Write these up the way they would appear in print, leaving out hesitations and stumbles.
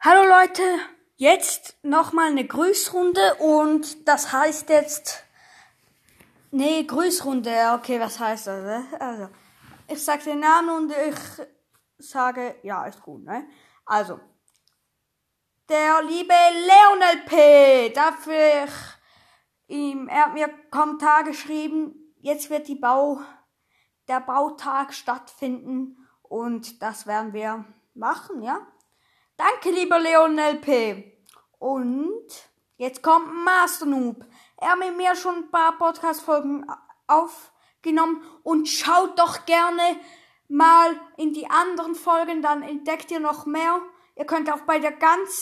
Hallo Leute, jetzt nochmal eine Grüßrunde und das heißt jetzt, Grüßrunde, okay, was heißt das? Also, ich sage den Namen und ich sage, ja, ist gut, ne? Also, der liebe Leonel P., er hat mir Kommentar geschrieben, jetzt wird der Bautag stattfinden und das werden wir machen, ja? Danke, lieber Leonel P. Und jetzt kommt Master Noob. Er hat mit mir schon ein paar Podcast-Folgen aufgenommen und schaut doch gerne mal in die anderen Folgen, dann entdeckt ihr noch mehr. Ihr könnt auch bei der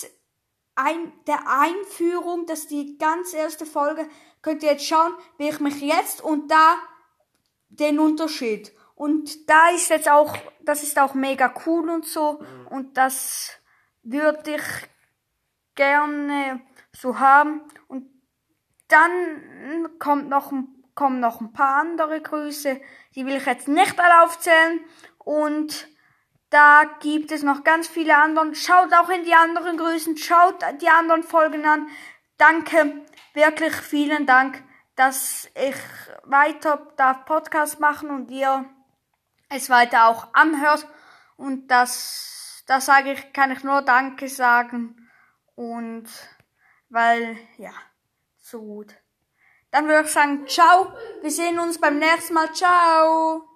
Einführung, das ist die ganz erste Folge, könnt ihr jetzt schauen, wie ich mich jetzt und da den Unterschied. Und da ist jetzt auch, das ist auch mega cool und so und das würde ich gerne so haben. Und dann kommen noch ein paar andere Grüße, die will ich jetzt nicht alle aufzählen. Und da gibt es noch ganz viele andere. Schaut auch in die anderen Grüßen, schaut die anderen Folgen an. Danke, wirklich vielen Dank, dass ich weiter Podcast machen und ihr es weiter auch anhört. Und da kann ich nur Danke sagen. Und weil, ja, so gut. Dann würde ich sagen, ciao. Wir sehen uns beim nächsten Mal. Ciao.